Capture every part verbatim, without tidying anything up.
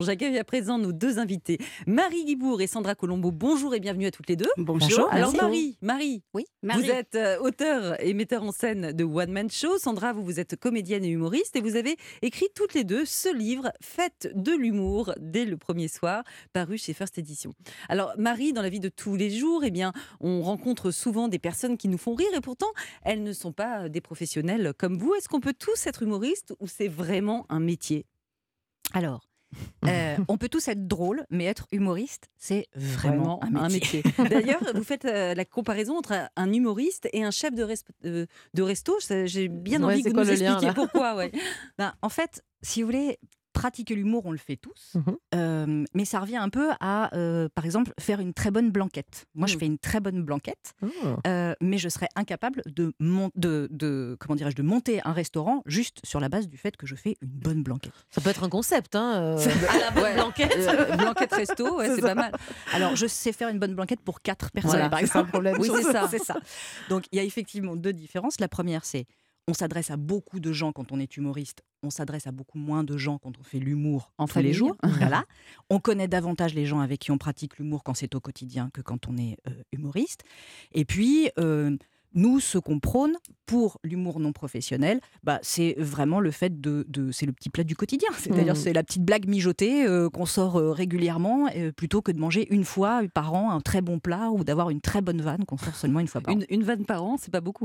J'accueille à présent nos deux invités, Marie Guibourg et Sandra Colombo. Bonjour et bienvenue à toutes les deux. Bonjour. Alors merci. Marie, Marie, Oui, vous êtes euh, auteure et metteur en scène de One Man Show. Sandra, vous, vous êtes comédienne et humoriste et vous avez écrit toutes les deux ce livre, Faites de l'humour, dès le premier soir, paru chez First Edition. Alors Marie, dans la vie de tous les jours, eh bien, on rencontre souvent des personnes qui nous font rire et pourtant, elles ne sont pas des professionnels comme vous. Est-ce qu'on peut tous être humoriste ou c'est vraiment un métier ? Alors, euh, on peut tous être drôles, mais être humoriste, c'est vraiment, Vraiment un métier. un métier. D'ailleurs, vous faites euh, la comparaison entre un humoriste et un chef de, res- euh, de resto. Ça, J'ai bien Ouais, envie que c'est vous quoi nous le lien, expliquiez là pourquoi. Ouais. Ben, en fait, si vous voulez, pratiquer l'humour, on le fait tous. Mhm. Euh, mais ça revient un peu à, euh, par exemple, faire une très bonne blanquette. Moi, je Mm. fais une très bonne blanquette, Oh. euh, mais je serais incapable de, mon- de, de, comment dirais-je, de monter un restaurant juste sur la base du fait que je fais une bonne blanquette. Ça peut être un concept, hein euh, À la bonne ouais. blanquette. Euh, blanquette resto, ouais, C'est c'est ça. pas mal. Alors, je sais faire une bonne blanquette pour quatre personnes, Voilà, par c'est ça le exemple. problème. Oui, c'est ça. C'est ça. Donc, il y a effectivement deux différences. La première, c'est on s'adresse à beaucoup de gens quand on est humoriste. On s'adresse à beaucoup moins de gens quand on fait l'humour En tous famille. les jours. Voilà. On connaît davantage les gens avec qui on pratique l'humour quand c'est au quotidien que quand on est euh, humoriste. Et puis, euh, nous, ce qu'on prône pour l'humour non professionnel, bah, c'est vraiment le fait de, de- c'est le petit plat du quotidien. C'est-à-dire, Mhm. c'est la petite blague mijotée euh, qu'on sort euh, régulièrement, euh, plutôt que de manger une fois par an un très bon plat ou d'avoir une très bonne vanne qu'on sort seulement une fois par an. Une, une vanne par an, c'est pas beaucoup.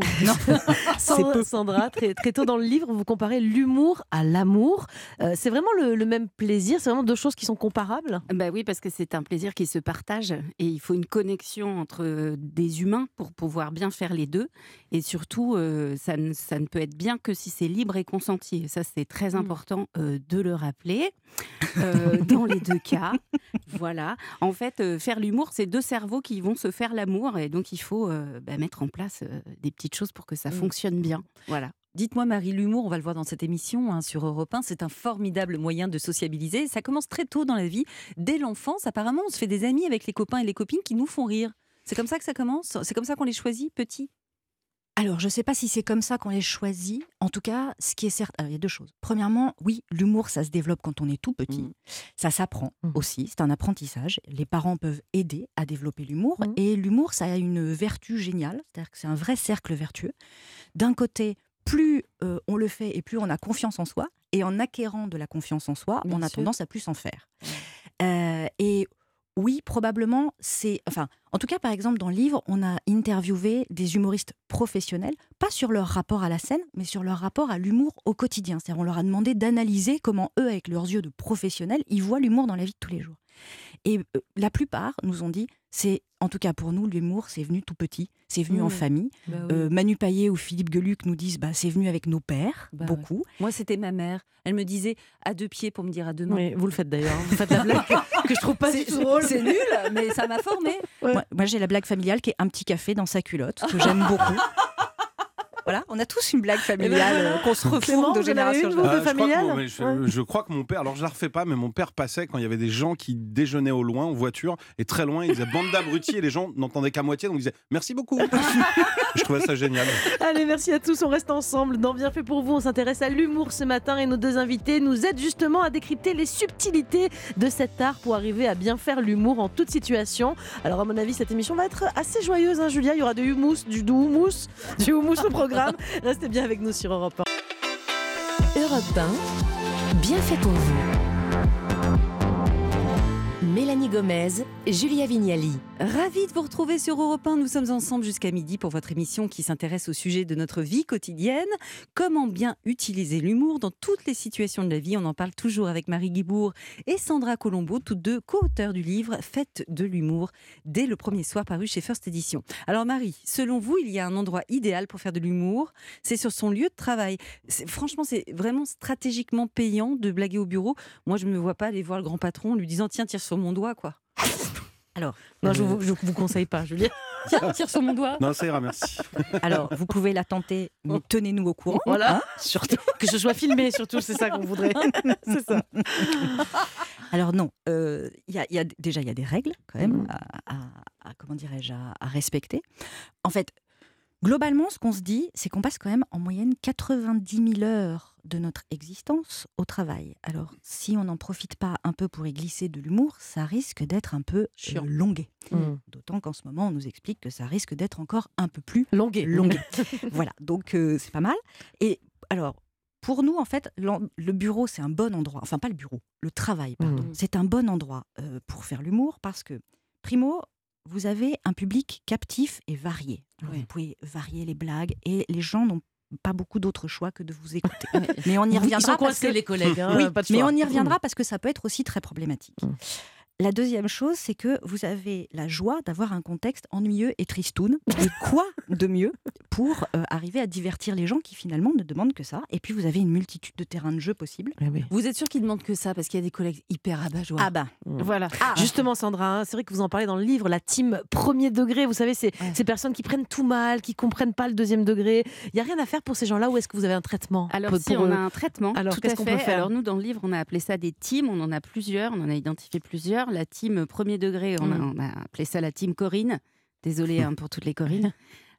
Sandra, Sandra, très, très tôt dans le livre, vous comparez l'humour à l'amour. Euh, c'est vraiment le, le même plaisir, c'est vraiment deux choses qui sont comparables. Bah oui, parce que c'est un plaisir qui se partage et il faut une connexion entre euh, des humains pour pouvoir bien faire les deux. Et surtout, euh, ça, ne, ça ne peut être bien que si c'est libre et consenti. Et ça, c'est très Mm. important euh, de le rappeler euh, dans les deux cas. Voilà. En fait, euh, faire l'humour, c'est deux cerveaux qui vont se faire l'amour. Et donc, il faut euh, bah, mettre en place euh, des petites choses pour que ça Mm. fonctionne bien. Voilà. Dites-moi Marie, l'humour, on va le voir dans cette émission hein, sur Europe un, c'est un formidable moyen de sociabiliser. Ça commence très tôt dans la vie. Dès l'enfance, apparemment, on se fait des amis avec les copains et les copines qui nous font rire. C'est comme ça que ça commence ? C'est comme ça qu'on les choisit, petits ? Alors, je ne sais pas si c'est comme ça qu'on les choisit. En tout cas, ce qui est certain, alors, il y a deux choses. Premièrement, oui, l'humour, ça se développe quand on est tout petit. Mm. Ça s'apprend Mm. aussi. C'est un apprentissage. Les parents peuvent aider à développer l'humour. Mm. Et l'humour, ça a une vertu géniale. C'est-à-dire que c'est un vrai cercle vertueux. D'un côté, plus euh, on le fait et plus on a confiance en soi. Et en acquérant de la confiance en soi, Bien on a sûr. tendance à plus en faire. Euh, et oui, probablement, c'est... Enfin, en tout cas, par exemple, dans le livre, on a interviewé des humoristes professionnels, pas sur leur rapport à la scène, mais sur leur rapport à l'humour au quotidien. C'est-à-dire, on leur a demandé d'analyser comment eux, avec leurs yeux de professionnels, ils voient l'humour dans la vie de tous les jours. Et euh, la plupart nous ont dit, c'est, en tout cas pour nous, l'humour, c'est venu tout petit, c'est venu Mmh. en famille. Bah oui. Euh, Manu Payet ou Philippe Geluc nous disent, bah, c'est venu avec nos pères, Bah beaucoup. Moi, c'était ma mère. Elle me disait à deux pieds pour me dire à deux mains. Oui, vous le faites d'ailleurs. hein. Vous faites la blague que, que je trouve pas du C'est tout drôle. c'est nul, mais ça m'a formée. Ouais. Moi, moi, j'ai la blague familiale qui est un petit café dans sa culotte, que j'aime beaucoup. Voilà, on a tous une blague familiale euh, qu'on se Clément, refourgue de vous en avez génération en une, génération. vous Ah, je, crois familial que mon, mais je, Ouais. je crois que mon père, alors je la refais pas, mais mon père passait quand il y avait des gens qui déjeunaient au loin en voiture et très loin, il disait bande d'abrutis et les gens n'entendaient qu'à moitié, donc ils disaient merci beaucoup. Je trouvais ça génial. Allez, merci à tous. On reste ensemble dans Bien fait pour vous. On s'intéresse à l'humour ce matin et nos deux invités nous aident justement à décrypter les subtilités de cet art pour arriver à bien faire l'humour en toute situation. Alors, à mon avis, cette émission va être assez joyeuse, hein, Julia. Il y aura du houmous, du, du houmous, du houmous au programme. Restez bien avec nous sur Europe un. Europe un, bien fait pour vous. Mélanie Gomez, Julia Vignali. Ravi de vous retrouver sur Europe un. Nous sommes ensemble jusqu'à midi pour votre émission qui s'intéresse au sujet de notre vie quotidienne. Comment bien utiliser l'humour dans toutes les situations de la vie. On en parle toujours avec Marie Guibourg et Sandra Colombo, toutes deux co-auteurs du livre Faites de l'humour, dès le premier soir paru chez First Edition. Alors Marie, selon vous, il y a un endroit idéal pour faire de l'humour. C'est sur son lieu de travail. C'est- franchement, c'est vraiment stratégiquement payant de blaguer au bureau. Moi, je ne me vois pas aller voir le grand patron en lui disant « Tiens, tire sur mon doigt, quoi. » Alors, Non, je vous, je vous conseille pas, Julia. Tiens, tire sur mon doigt. Non, ça ira, merci. alors, vous pouvez la tenter, mais tenez-nous au courant. Voilà. hein, surtout. Que ce soit filmé, surtout, c'est ça qu'on voudrait. C'est ça. Alors non, euh, il y a, il y a- déjà il y a des règles quand même Mhm. à, à- à- comment dirais-je à, à respecter. En fait, globalement, ce qu'on se dit, c'est qu'on passe quand même en moyenne quatre-vingt-dix mille heures de notre existence au travail. Alors, si on n'en profite pas un peu pour y glisser de l'humour, ça risque d'être un peu Chiant. euh, longué. Mm. D'autant qu'en ce moment, on nous explique que ça risque d'être encore un peu plus Longué. longué. Voilà, donc euh, c'est pas mal. Et alors, pour nous, en fait, l'en- le bureau, c'est un bon endroit. Enfin, pas le bureau, le travail, pardon. Mm. C'est un bon endroit euh, pour faire l'humour parce que, primo, vous avez un public captif et varié. Alors, Oui. Vous pouvez varier les blagues et les gens n'ont pas beaucoup d'autres choix que de vous écouter. Mais on y Ils reviendra sont parce coincés, que... les collègues. hein, Oui, pas de mais choix. on y reviendra parce que ça peut être aussi très problématique. Mm. La deuxième chose, c'est que vous avez la joie d'avoir un contexte ennuyeux et tristoun. Et quoi de mieux pour euh, arriver à divertir les gens qui finalement ne demandent que ça. Et puis vous avez une multitude de terrains de jeu possibles. Oui, oui. Vous êtes sûr qu'ils demandent que ça parce qu'il y a des collègues hyper abat-joie. Ah bah, Voilà. Justement, Sandra, hein, c'est vrai que vous en parlez dans le livre, la team premier degré. Vous savez, c'est Ouais. ces personnes qui prennent tout mal, qui comprennent pas le deuxième degré. Il y a rien à faire pour ces gens-là, ou est-ce que vous avez un traitement Alors pour- si pour on eux a un traitement, Alors, tout qu'est-ce à qu'on fait. peut faire Alors nous dans le livre on a appelé ça des teams, on en a plusieurs, on en a identifié plusieurs. La team premier degré, on, a, Mm. on a appelé ça la team Corinne. Désolée hein, pour toutes les Corinnes.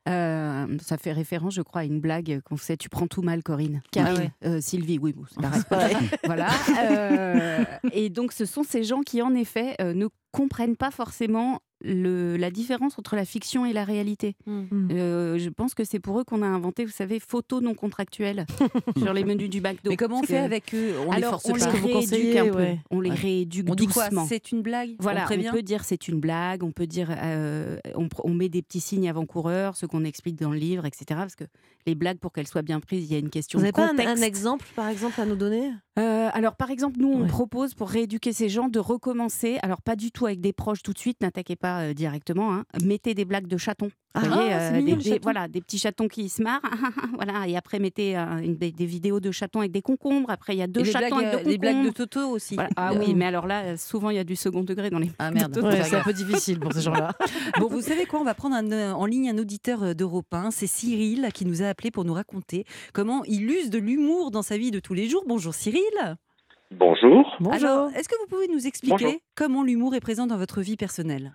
Euh, ça fait référence, je crois, à une blague qu'on faisait. Tu prends tout mal, Corinne. Ah ouais. Euh, Sylvie, oui, bon, c'est pareil. pareil. Voilà. Euh, et donc, ce sont ces gens qui, en effet, euh, ne comprennent pas forcément le, la différence entre la fiction et la réalité. Mm. Euh, je pense que c'est pour eux qu'on a inventé, vous savez, photos non contractuelles sur les menus du McDo. Mais comment on Parce fait que- avec eux? On les Alors, force on pas. les que vous rééduque conseillez, un peu. ouais. On les Ouais. rééduque On dit quoi? doucement. C'est une blague? Voilà, On on, prévient? peut dire c'est une blague, on peut dire euh, on, pr- on met des petits signes avant-coureurs, ce qu'on explique dans le livre, et cetera. Parce que les blagues, pour qu'elles soient bien prises, il y a une question Vous n'avez de pas un, contexte. un exemple, par exemple, à nous donner Euh, alors, par exemple, nous, on Ouais. propose pour rééduquer ces gens de recommencer. Alors, pas du tout avec des proches tout de suite, n'attaquez pas euh, directement. hein. Mettez des blagues de chatons. Ah, Vous voyez, c'est euh, mignon, des, les des- chatons. voilà, des petits chatons qui se marrent. Voilà, et après, mettez euh, une- des, des vidéos de chatons avec des concombres. Après, il y a deux Et les chatons blagues, avec euh, deux les blagues de concombres. Toto aussi. Voilà. Ah oui, mais alors là, euh, souvent, il y a du second degré dans les. Ah merde. de Toto. Ouais, Faut c'est faire un peu difficile pour ces gens-là. Bon, vous savez quoi? On va prendre un, euh, en ligne un auditeur euh, d'Europe un. C'est Cyril qui nous a appelé pour nous raconter comment il use de l'humour dans sa vie de tous les jours. Bonjour Cyril. Bonjour. Bonjour. Alors, est-ce que vous pouvez nous expliquer Bonjour. comment l'humour est présent dans votre vie personnelle?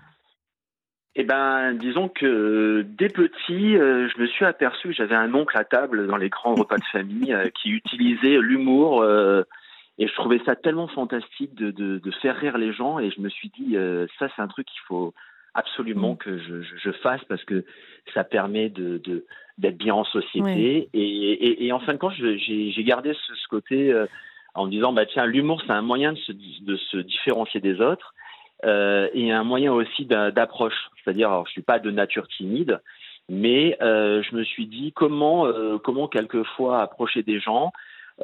Eh ben, disons que euh, dès petit, euh, je me suis aperçu que j'avais un oncle à table dans les grands repas de famille euh, qui utilisait l'humour euh, et je trouvais ça tellement fantastique de, de, de faire rire les gens et je me suis dit euh, ça c'est un truc qu'il faut absolument que je, je, je fasse parce que ça permet de, de d'être bien en société Ouais. et, et, et en fin de compte je- j'ai, j'ai gardé ce, ce côté euh, en me disant bah tiens l'humour c'est un moyen de se, de se différencier des autres. Euh, et un moyen aussi d'a- d'approche. C'est-à-dire, alors, je suis pas de nature timide, mais euh, je me suis dit comment, euh, comment quelquefois approcher des gens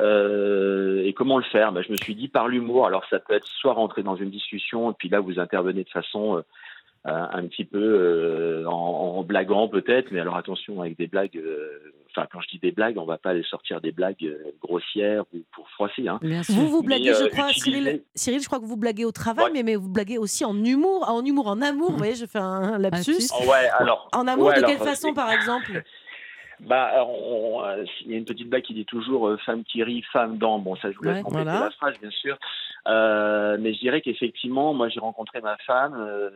euh, et comment le faire. Ben, je me suis dit par l'humour. Alors, ça peut être soit rentrer dans une discussion et puis là, vous intervenez de façon euh, un un petit peu euh, en, en blaguant peut-être, mais alors attention avec des blagues. euh, Enfin, quand je dis des blagues, on va pas aller sortir des blagues euh, grossières ou pour froisser. Hein. Bien sûr. Vous, vous Mais, blaguez, je euh, crois, utiliser- Cyril, Cyril, je crois que vous blaguez au travail, Ouais. mais, mais vous blaguez aussi en humour, en humour, en amour. Vous voyez, je fais un lapsus. lapsus. Oh, ouais, alors. En amour, ouais, de alors, quelle façon, euh, par exemple Bah, alors, on- euh, il y a une petite blague qui dit toujours euh, femme qui rit, femme dans. Bon, ça, je vous laisse Ouais, compléter voilà. la phrase, bien sûr. Euh, mais je dirais qu'effectivement, moi, j'ai rencontré ma femme euh,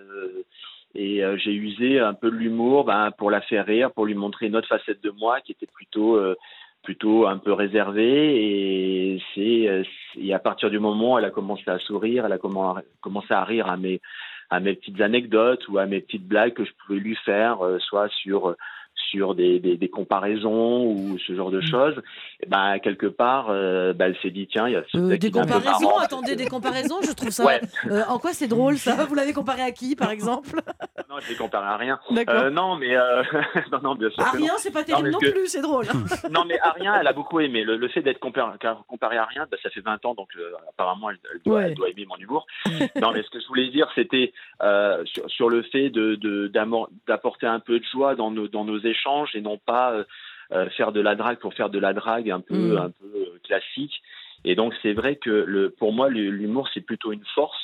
et euh, j'ai usé un peu de l'humour ben, pour la faire rire, pour lui montrer une autre facette de moi qui était plutôt, euh, plutôt un peu réservée. Et c'est, euh, c'est- et à partir du moment où elle a commencé à sourire, elle a commen- commencé à rire à mes, à mes petites anecdotes ou à mes petites blagues que je pouvais lui faire, euh, soit sur sur des, des, des comparaisons ou ce genre de choses, et ben, quelque part, euh, ben, elle s'est dit, tiens, il y a ce Euh, mec Des qui est un peu comparaisons, marrant. attendez, des comparaisons, je trouve ça. Ouais. Euh, en quoi c'est drôle ça? Vous l'avez comparé à qui, par exemple? Non, je l'ai comparé à rien. D'accord. Euh, non, mais euh, non, non, bien sûr. À que non. rien, c'est pas terrible mais non, parce que- plus, c'est drôle. Non, mais à rien, elle a beaucoup aimé. Le, le fait d'être comparé, comparé à rien, ben, ça fait vingt ans, donc euh, apparemment, elle, elle doit, Ouais. elle doit aimer mon humour. Non, mais ce que je voulais dire, c'était euh, sur, sur le fait de, de, d'amor- d'apporter un peu de joie dans nos, dans nos échanges et non pas euh, euh, faire de la drague pour faire de la drague un peu, Mm. un peu euh, classique. Et donc, c'est vrai que le, pour moi, le- l'humour, c'est plutôt une force.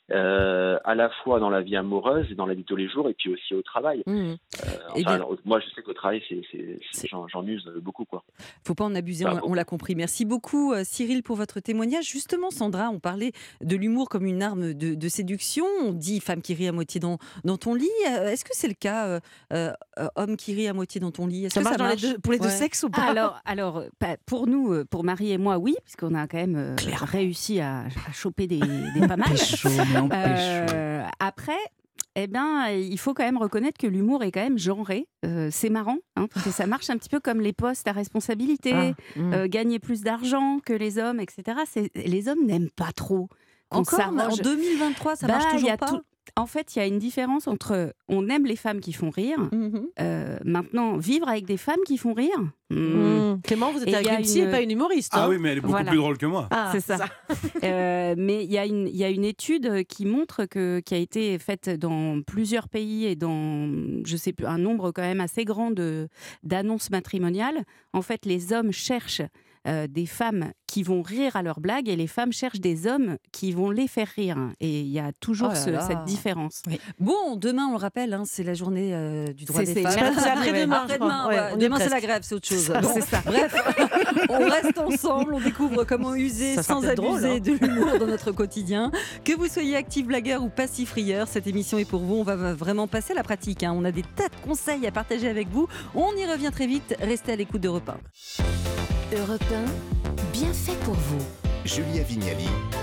euh, à la fois dans la vie amoureuse et dans la vie de tous les jours, et puis aussi au travail. Mmh. Euh, Eh enfin, bien- moi, je sais qu'au travail, c'est, c'est, C'est- j'en, j'en use beaucoup, quoi. Faut pas en abuser, Ah on, bon. on l'a compris. Merci beaucoup euh, Cyril pour votre témoignage. Justement Sandra, on parlait de l'humour comme une arme de, de séduction. On dit femme qui rit à moitié dans, dans ton lit. Euh, Est-ce que c'est le cas, euh, euh, euh, homme qui rit à moitié dans ton lit? Est-ce Ça que marche, ça dans les marche deux- pour les deux Ouais. sexes ou pas? Alors, alors euh, pas- pour nous, euh, pour Marie et moi, oui, puisqu'on a quand même euh, réussi à, à choper des, des pas mal. Pécho, mais on pécho. Euh, après, eh ben, il faut quand même reconnaître que l'humour est quand même genré. Euh, c'est marrant, hein, parce que ça marche un petit peu comme les postes à responsabilité, Ah, mmh. euh, gagner plus d'argent que les hommes, et cetera. C'est, les hommes n'aiment pas trop. qu'on Encore mais en s'arroge. deux mille vingt-trois, ça Bah, marche il y toujours a pas. tout- En fait, il y a une différence entre on aime les femmes qui font rire. Mhm. Euh, maintenant, vivre avec des femmes qui font rire, hmm, Mmh. Clément, vous êtes Et avec il y a une psy une- et pas une humoriste. Ah hein. oui, mais elle est beaucoup Voilà. plus drôle que moi. Ah, c'est ça. Euh, mais il y, a une- il y a une étude qui montre que, qui a été faite dans plusieurs pays et dans, je sais plus, un nombre quand même assez grand de, d'annonces matrimoniales. En fait, les hommes cherchent euh, des femmes qui vont rire à leurs blagues et les femmes cherchent des hommes qui vont les faire rire. Et il y a toujours Oh là ce- là. cette différence. Bon, demain, on le rappelle, hein, c'est la journée euh, du droit C'est- des c'est femmes. C'est après-demain, je Après-demain, crois. Ouais, ouais. on y est Demain, c'est presque. la grève, c'est autre chose. Ça, Bon, c'est ça. Bref, on reste ensemble, on découvre comment user Ça sera sans peut-être abuser drôle, de l'humour dans notre quotidien. Que vous soyez actif blagueur ou passif rieur, cette émission est pour vous. On va va vraiment passer à la pratique, hein. On a des tas de conseils à partager avec vous. On y revient très vite. Restez à l'écoute d'Europe un. Europe un, bien fait pour vous. Julia Vignali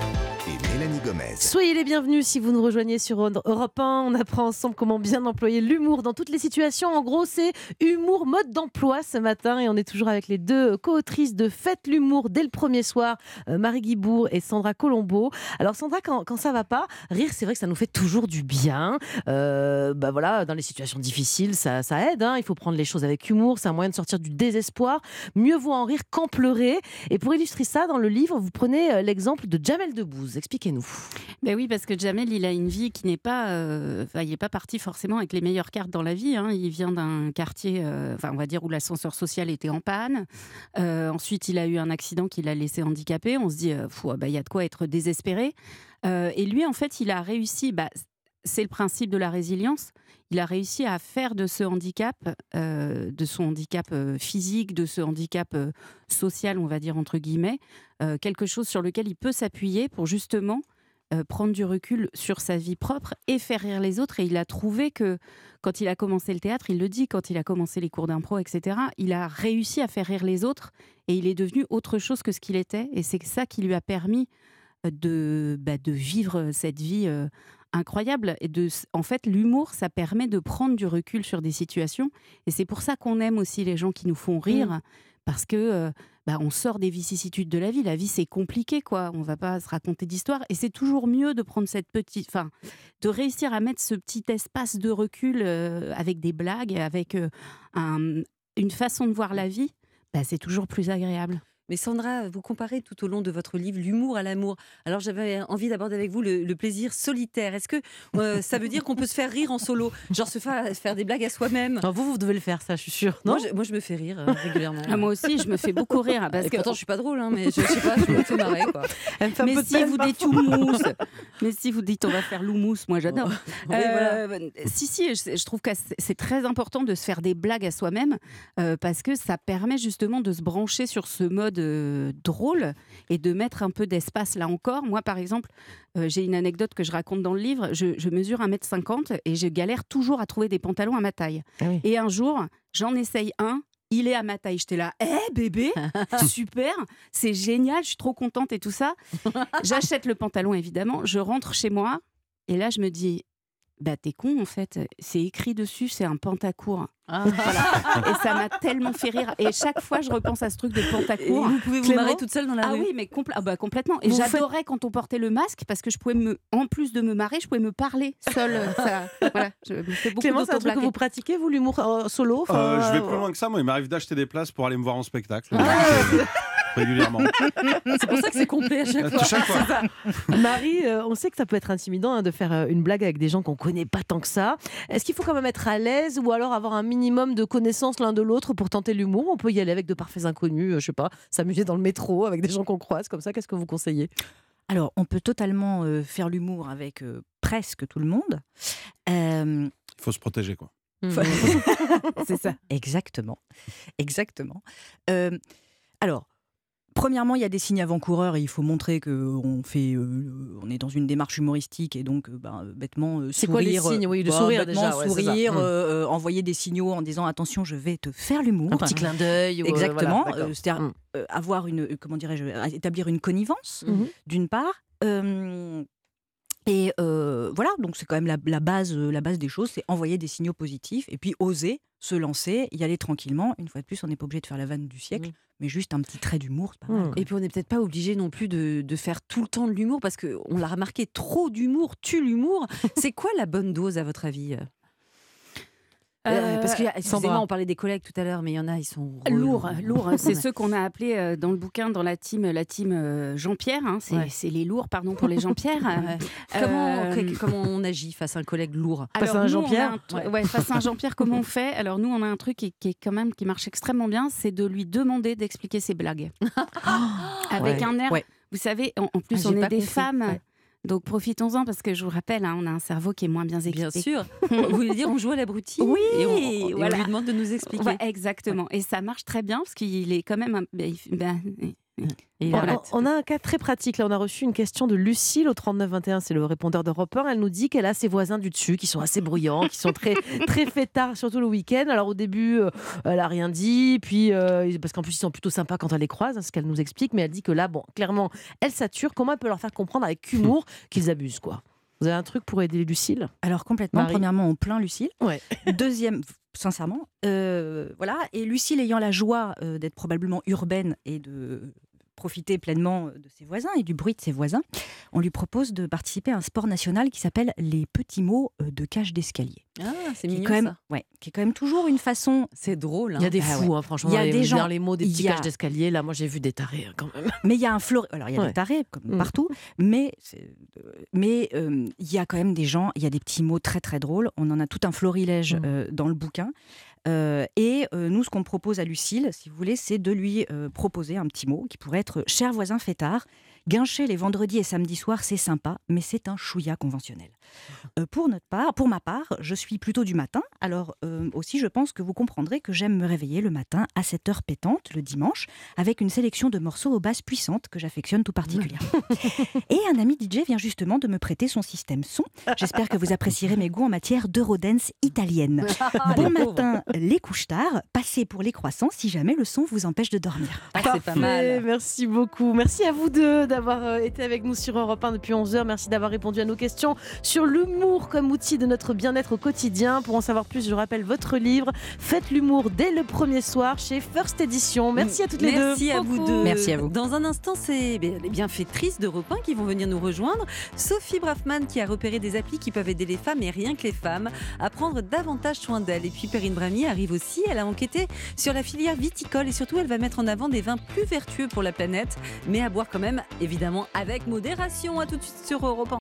et Mélanie Gomez. Soyez les bienvenus si vous nous rejoignez sur Europe un. On apprend ensemble comment bien employer l'humour dans toutes les situations. En gros, c'est humour mode d'emploi ce matin. Et on est toujours avec les deux co-autrices de Faites l'humour dès le premier soir, euh, Marie Guibourg et Sandra Colombo. Alors Sandra, quand, quand ça va pas, rire, c'est vrai que ça nous fait toujours du bien. Euh, bah voilà, dans les situations difficiles, ça, ça aide. Hein. Il faut prendre les choses avec humour. C'est un moyen de sortir du désespoir. Mieux vaut en rire qu'en pleurer. Et pour illustrer ça, dans le livre, vous prenez euh, l'exemple de Jamel Debbouze. Expliquez-nous. Ben oui, parce que Jamel, il a une vie qui n'est pas, euh, enfin, il n'est pas parti forcément avec les meilleures cartes dans la vie. Hein. Il vient d'un quartier, euh, enfin, on va dire où l'ascenseur social était en panne. Euh, ensuite, il a eu un accident qui l'a laissé handicapé. On se dit, euh, fou, bah, il y a de quoi être désespéré. Euh, et lui, en fait, il a réussi. Bah, c'est le principe de la résilience. Il a réussi à faire de ce handicap, euh, de son handicap euh, physique, de ce handicap euh, social, on va dire entre guillemets, euh, quelque chose sur lequel il peut s'appuyer pour justement euh, prendre du recul sur sa vie propre et faire rire les autres. Et il a trouvé que quand il a commencé le théâtre, il le dit, quand il a commencé les cours d'impro, et cetera, il a réussi à faire rire les autres et il est devenu autre chose que ce qu'il était. Et c'est ça qui lui a permis de, bah, de vivre cette vie euh, incroyable. Et de, en fait, l'humour, ça permet de prendre du recul sur des situations. Et c'est pour ça qu'on aime aussi les gens qui nous font rire, mmh. parce que euh, bah, on sort des vicissitudes de la vie. La vie, c'est compliqué, quoi. On va pas se raconter d'histoires. Et c'est toujours mieux de prendre cette petite, enfin, de réussir à mettre ce petit espace de recul euh, avec des blagues, avec euh, un, une façon de voir la vie. Bah, c'est toujours plus agréable. Mais Sandra, vous comparez tout au long de votre livre l'humour à l'amour. Alors j'avais envie d'aborder avec vous le, le plaisir solitaire. Est-ce que euh, ça veut dire qu'on peut se faire rire en solo? Genre se faire, faire des blagues à soi-même? Non, vous, vous devez le faire, ça, je suis sûre. Non, moi, je, moi, je me fais rire euh, régulièrement. Ah, moi aussi, je me fais beaucoup rire. Parce Et que pourtant, je suis pas drôle, hein, mais je, je sais pas, je me fais marrer, quoi. Elle me fait un mais peu de si peine, vous dites parfois. houmous, mais si vous dites on va faire l'houmous, moi j'adore. Oui, Euh, voilà. Si si, je, je trouve que c'est- c'est très important de se faire des blagues à soi-même euh, parce que ça permet justement de se brancher sur ce mode euh, drôle et de mettre un peu d'espace là encore. Moi par exemple, euh, j'ai une anecdote que je raconte dans le livre. Je, je mesure un mètre cinquante et je galère toujours à trouver des pantalons à ma taille. Ah oui. Et un jour, j'en essaye un. Il est à ma taille. J'étais là, hé bébé, super, c'est génial, je suis trop contente et tout ça. J'achète le pantalon évidemment, je rentre chez moi et là je me dis, bah t'es con en fait, c'est écrit dessus, c'est un pantacourt. Ah. Voilà. Et ça m'a tellement fait rire. Et chaque fois je repense à ce truc de Et pantacourt. vous pouvez vous Clément marrer toute seule dans la Ah rue? oui, mais compl- ah bah, complètement. Et Vous j'adorais quand on portait le masque parce que je pouvais me, en plus de me marrer, je pouvais me parler seule. Ça, voilà, je me fais beaucoup Clément, c'est un truc que d'autoblagues. vous pratiquez, vous, l'humour euh, solo? Enfin, Euh, je vais euh, plus loin que ça. Moi, il m'arrive d'acheter des places pour aller me voir en spectacle. Ah, Euh, régulièrement. C'est pour ça que c'est complet à chaque fois. Chaque fois. Marie, euh, on sait que ça peut être intimidant hein, de faire euh, une blague avec des gens qu'on connaît pas tant que ça. Est-ce qu'il faut quand même être à l'aise ou alors avoir un minimum de connaissances l'un de l'autre pour tenter l'humour? On peut y aller avec de parfaits inconnus, euh, je sais pas, s'amuser dans le métro avec des gens qu'on croise comme ça. Qu'est-ce que vous conseillez? Alors, on peut totalement euh, faire l'humour avec euh, presque tout le monde. Euh, Il faut se protéger, quoi. C'est ça. Exactement. Exactement. Euh, alors, premièrement, il y a des signes avant-coureurs et il faut montrer qu'on fait, euh, on est dans une démarche humoristique et donc, euh, ben, bêtement, euh, C'est sourire. quoi les signes? Oui, de bah, sourire bêtement, déjà. Ouais, c'est ça. sourire, Mmh. euh, euh, envoyer des signaux en disant attention, je vais te faire l'humour. Un petit clin d'œil. ou, euh, Exactement. voilà, d'accord. euh, C'est-à-dire Mmh. euh, avoir une, euh, comment dirais-je, euh, établir une connivence Mhm. d'une part. Euh, et euh, voilà, donc c'est quand même la, la base, euh, la base des choses, c'est envoyer des signaux positifs et puis oser se lancer, y aller tranquillement. Une fois de plus, on n'est pas obligé de faire la vanne du siècle, Mhm. mais juste un petit trait d'humour, c'est pas mal. Mhm. quoi. Et puis on n'est peut-être pas obligé non plus de, de faire tout le temps de l'humour parce qu'on l'a remarqué, trop d'humour tue l'humour. C'est quoi la bonne dose à votre avis? Euh, parce que, excusez-moi, Sandra. on parlait des collègues tout à l'heure, mais il y en a, ils sont Lourd, relous. lourd. C'est ceux qu'on a appelés euh, dans le bouquin, dans la team, la team euh, Jean-Pierre. Hein, c'est, Ouais. c'est les lourds, pardon pour les Jean-Pierre. Ouais. Comment, Euh, que- comment on agit face à un collègue lourd? Face à un nous, Jean-Pierre on a un tru- ouais, face à un Jean-Pierre, comment on fait? Alors nous, on a un truc qui, qui est quand même qui marche extrêmement bien, c'est de lui demander d'expliquer ses blagues avec Ouais. un air. Ouais. Vous savez, en, en plus, Ah, on j'ai est pas des compris. femmes. Ouais. Donc profitons-en parce que je vous rappelle, hein, on a un cerveau qui est moins bien équipé. Bien sûr. Vous voulez dire, on joue à l'abruti Oui, et on, et on voilà. lui demande de nous expliquer. Ouais, exactement. Et ça marche très bien parce qu'il est quand même. Un... ben, il- ben, Et il On, arrête. on a un cas très pratique. Là, on a reçu une question de Lucille au trente-neuf vingt et un. C'est le répondeur d'Europe un. Elle nous dit qu'elle a ses voisins du dessus qui sont assez bruyants, qui sont très, très fêtards, surtout le week-end. Alors, au début, euh, elle a rien dit. Puis, euh, parce qu'en plus, ils sont plutôt sympas quand elle les croise, hein, ce qu'elle nous explique. Mais elle dit que là, bon, clairement, elle sature. Comment elle peut leur faire comprendre avec humour qu'ils abusent, quoi? Vous avez un truc pour aider Lucille? Alors complètement, Marie. premièrement, on plaint Lucille. Ouais. Deuxième, sincèrement, euh, voilà. Et Lucille ayant la joie euh, d'être probablement urbaine et de profiter pleinement de ses voisins et du bruit de ses voisins, on lui propose de participer à un sport national qui s'appelle les petits mots euh, de cage d'escalier. Ah, c'est Qui est mignon quand même, ça. ouais, qui est quand même toujours une façon. C'est drôle. hein. Il y a des Ah fous, ouais. hein, franchement. Il y a les, des gens- dans les mots des petits il y a- cages d'escalier. Là, moi, j'ai vu des tarés, hein, quand même. Mais il y a un fleur. Alors il y a Ouais. des tarés comme Mm. partout, mais c'est- euh, mais euh, il y a quand même des gens. Il y a des petits mots très très drôles. On en a tout un florilège Mm. euh, dans le bouquin. Euh, et euh, nous, ce qu'on propose à Lucille, si vous voulez, c'est de lui euh, proposer un petit mot qui pourrait être « cher voisin fêtard ». Guincher les vendredis et samedis soirs, c'est sympa, mais c'est un chouïa conventionnel. Euh, pour notre part, pour ma part, je suis plutôt du matin. Alors euh, aussi, je pense que vous comprendrez que j'aime me réveiller le matin à cette heure pétante, le dimanche, avec une sélection de morceaux aux basses puissantes que j'affectionne tout particulièrement. Et un ami D J vient justement de me prêter son système son. J'espère que vous apprécierez mes goûts en matière d'eurodance italienne. Bon matin, les couches tard, passez pour les croissants si jamais le son vous empêche de dormir. Ah, c'est pas Parfait, mal. Merci beaucoup. Merci à vous deux d'avoir euh, été avec nous sur Europe un depuis onze heures. Merci d'avoir répondu à nos questions sur l'humour comme outil de notre bien-être au quotidien. Pour en savoir plus, je rappelle votre livre Faites l'humour dès le premier soir chez First Edition. Merci à toutes les deux. Merci à vous deux. Merci à vous. Dans un instant, c'est ben, les bienfaitrices d'Europe un qui vont venir nous rejoindre. Sophie Braffman qui a repéré des applis qui peuvent aider les femmes et rien que les femmes à prendre davantage soin d'elles. Et puis Perrine Bramy arrive aussi. Elle a enquêté sur la filière viticole et surtout elle va mettre en avant des vins plus vertueux pour la planète, mais à boire quand même évidemment avec modération. À tout de suite sur Europe un.